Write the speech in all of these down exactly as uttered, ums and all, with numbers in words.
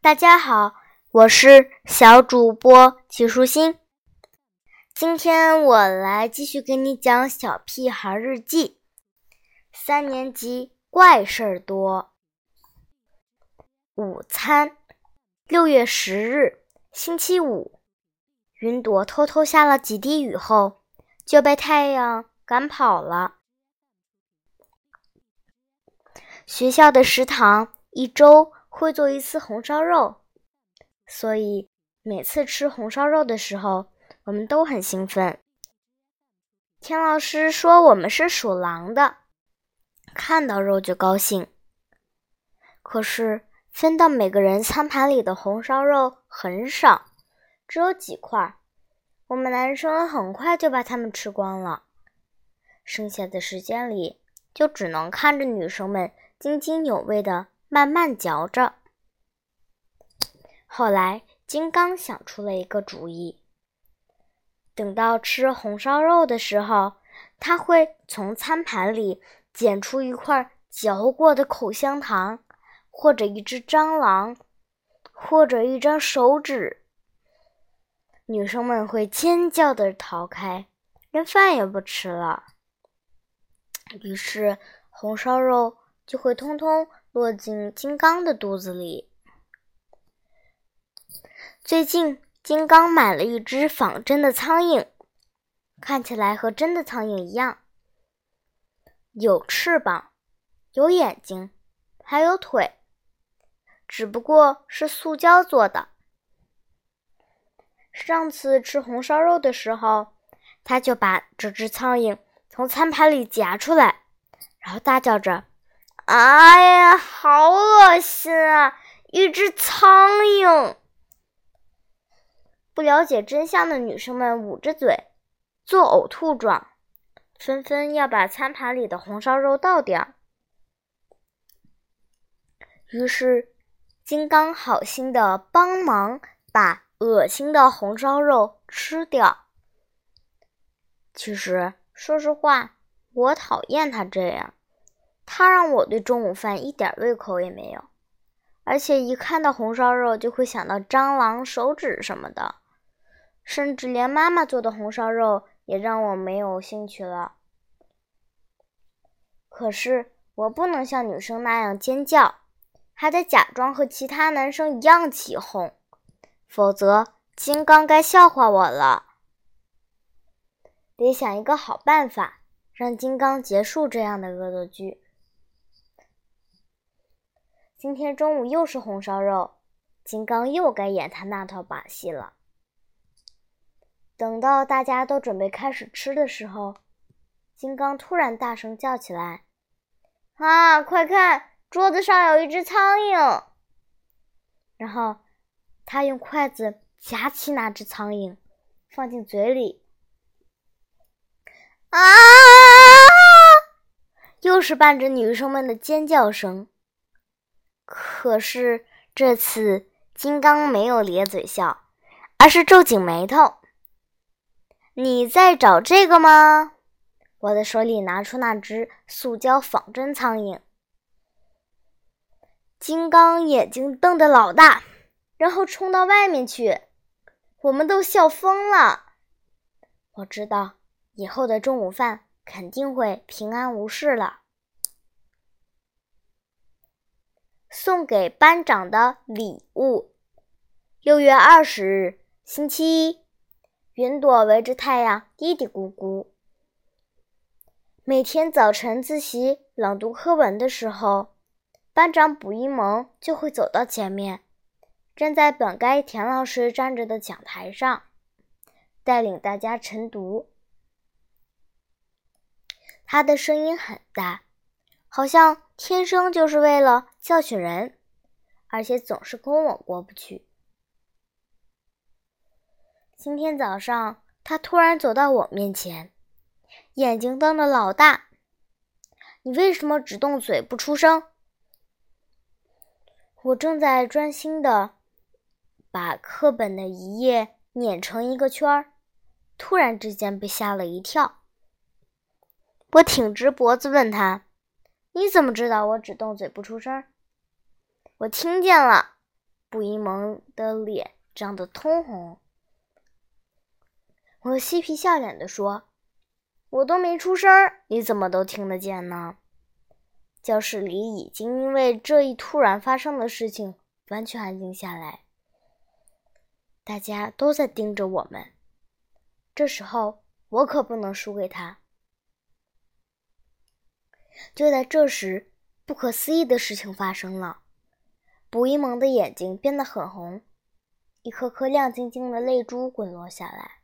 大家好，我是小主播齐舒心。今天我来继续给你讲小屁孩日记。三年级怪事儿多。午餐，六月十日，星期五。云朵偷偷下了几滴雨后，就被太阳赶跑了。学校的食堂一周会做一次红烧肉，所以每次吃红烧肉的时候，我们都很兴奋。田老师说我们是属狼的，看到肉就高兴。可是分到每个人餐盘里的红烧肉很少，只有几块，我们男生很快就把它们吃光了。剩下的时间里，就只能看着女生们津津有味地慢慢嚼着。后来金刚想出了一个主意，等到吃红烧肉的时候，他会从餐盘里捡出一块嚼过的口香糖，或者一只蟑螂，或者一张手指。女生们会尖叫地逃开，连饭也不吃了。于是红烧肉就会通通落进金刚的肚子里。最近金刚买了一只仿真的苍蝇，看起来和真的苍蝇一样，有翅膀，有眼睛，还有腿，只不过是塑胶做的。上次吃红烧肉的时候，他就把这只苍蝇从餐盘里夹出来，然后大叫着：哎呀，好恶心啊，一只苍蝇！不了解真相的女生们捂着嘴，做呕吐状，纷纷要把餐盘里的红烧肉倒掉。于是金刚好心地帮忙把恶心的红烧肉吃掉。其实说实话，我讨厌他这样，他让我对中午饭一点胃口也没有，而且一看到红烧肉就会想到蟑螂、手指什么的，甚至连妈妈做的红烧肉也让我没有兴趣了。可是我不能像女生那样尖叫，还得假装和其他男生一样起哄，否则金刚该笑话我了。得想一个好办法，让金刚结束这样的恶作剧。今天中午又是红烧肉，金刚又该演他那套把戏了。等到大家都准备开始吃的时候，金刚突然大声叫起来：啊，快看，桌子上有一只苍蝇！然后他用筷子夹起那只苍蝇，放进嘴里。啊！又是伴着女生们的尖叫声。可是这次金刚没有咧嘴笑，而是皱紧眉头。你在找这个吗？我的手里拿出那只塑胶仿真苍蝇。金刚眼睛瞪得老大，然后冲到外面去。我们都笑疯了。我知道以后的中午饭肯定会平安无事了。送给班长的礼物。六月二十日，星期一。云朵围着太阳嘀嘀咕咕。每天早晨自习朗读课文的时候，班长卜一萌就会走到前面，站在本该田老师站着的讲台上，带领大家晨读。他的声音很大，好像天生就是为了教训人，而且总是跟我过不去。今天早上，他突然走到我面前，眼睛瞪得老大。你为什么只动嘴不出声？我正在专心地把课本的一页捻成一个圈，突然之间被吓了一跳。我挺直脖子问他：你怎么知道我只动嘴不出声？我听见了， 卜一萌的脸涨得通红。我嬉皮笑脸地说：“我都没出声，你怎么都听得见呢？”教室里已经因为这一突然发生的事情完全安静下来，大家都在盯着我们。这时候我可不能输给他。就在这时，不可思议的事情发生了。卜一萌的眼睛变得很红，一颗颗亮晶晶的泪珠滚落下来。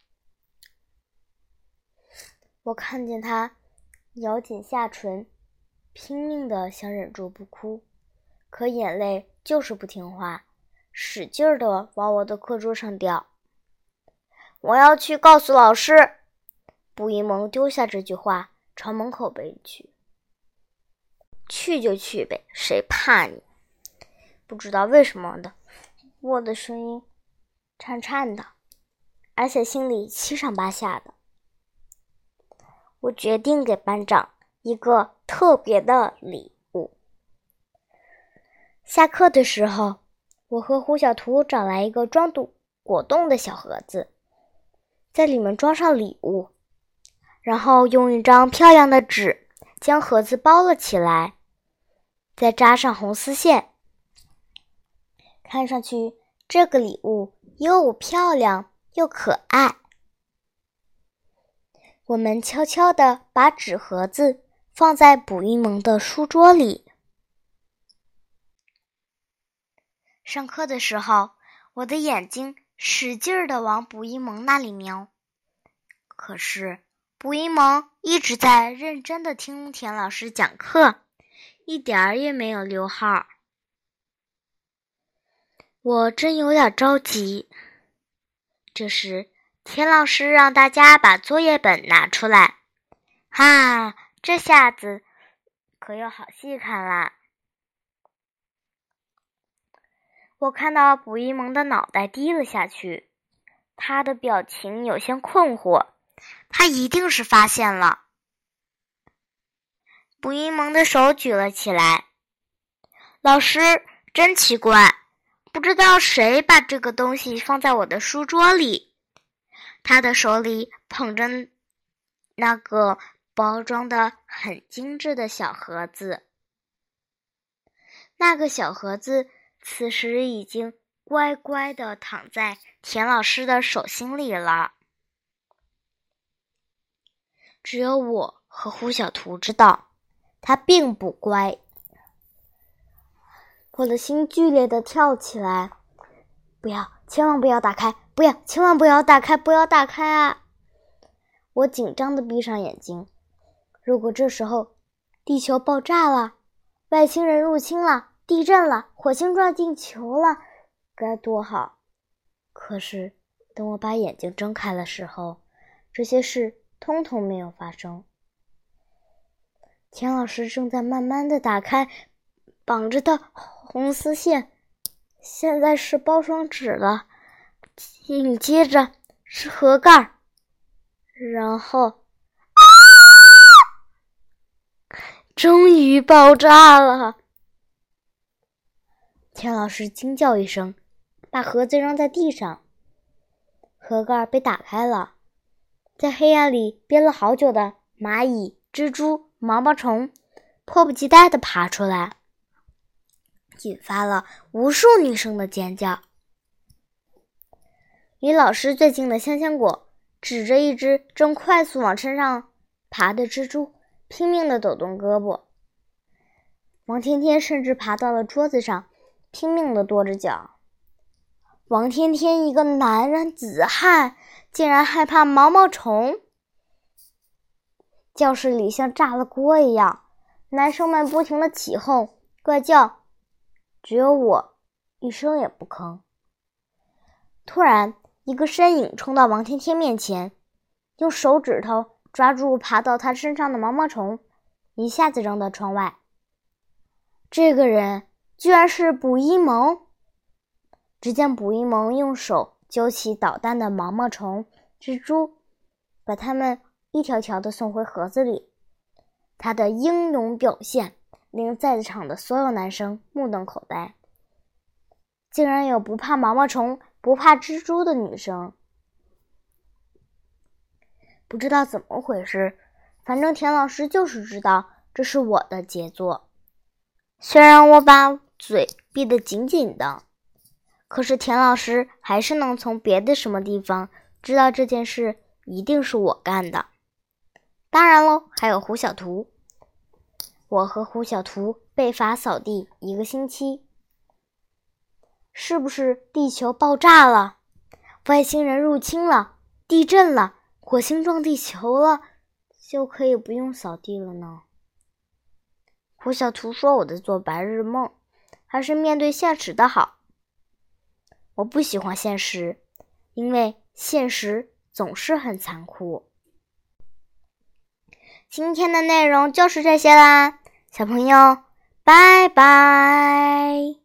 我看见他咬紧下唇，拼命地想忍住不哭，可眼泪就是不听话，使劲儿地往我的课桌上掉。我要去告诉老师！卜一萌丢下这句话，朝门口奔去。去就去呗，谁怕你？不知道为什么的，我的声音颤颤的，而且心里七上八下的。我决定给班长一个特别的礼物。下课的时候，我和胡小图找来一个装堵果冻的小盒子，在里面装上礼物，然后用一张漂亮的纸将盒子包了起来，再扎上红丝线。看上去这个礼物又漂亮又可爱。我们悄悄地把纸盒子放在卜一萌的书桌里。上课的时候，我的眼睛使劲地往卜一萌那里瞄，可是卜一萌一直在认真地听田老师讲课，一点儿也没有溜号。我真有点着急。这时田老师让大家把作业本拿出来，哈，这下子可有好戏看啦！我看到卜一萌的脑袋低了下去，他的表情有些困惑，他一定是发现了。卜一萌的手举了起来，老师，真奇怪，不知道谁把这个东西放在我的书桌里。他的手里捧着那个包装的很精致的小盒子，那个小盒子此时已经乖乖地躺在田老师的手心里了。只有我和胡小图知道，他并不乖。我的心剧烈地跳起来，不要，千万不要打开，不要，千万不要打开，不要打开啊！我紧张地闭上眼睛。如果这时候地球爆炸了，外星人入侵了，地震了，火星撞进球了，该多好！可是等我把眼睛睁开的时候，这些事通通没有发生。田老师正在慢慢地打开绑着的红丝线，现在是包装纸了，紧接着是盒盖，然后啊！终于爆炸了！田老师惊叫一声，把盒子扔在地上，盒盖被打开了，在黑暗里憋了好久的蚂蚁、蜘蛛、毛毛虫迫不及待地爬出来，引发了无数女生的尖叫。离老师最近的香香果指着一只正快速往身上爬的蜘蛛，拼命地抖动胳膊。王天天甚至爬到了桌子上，拼命地跺着脚。王天天一个男人子汉，竟然害怕毛毛虫。教室里像炸了锅一样，男生们不停地起哄怪叫，只有我一声也不吭。突然，一个身影冲到王天天面前，用手指头抓住爬到他身上的毛毛虫，一下子扔到窗外。这个人居然是卜一萌。只见卜一萌用手揪起捣蛋的毛毛虫、蜘蛛，把它们一条条地送回盒子里。他的英勇表现令在场的所有男生目瞪口呆。 竟然有不怕毛毛虫、不怕蜘蛛的女生。不知道怎么回事，反正田老师就是知道这是我的杰作。虽然我把嘴闭得紧紧的，可是田老师还是能从别的什么地方知道这件事一定是我干的。当然喽，还有胡小图。我和胡小图被罚扫地一个星期。是不是地球爆炸了？外星人入侵了？地震了？火星撞地球了？就可以不用扫地了呢？胡小图说我在做白日梦，还是面对现实的好。我不喜欢现实，因为现实总是很残酷。今天的内容就是这些啦，小朋友，拜拜。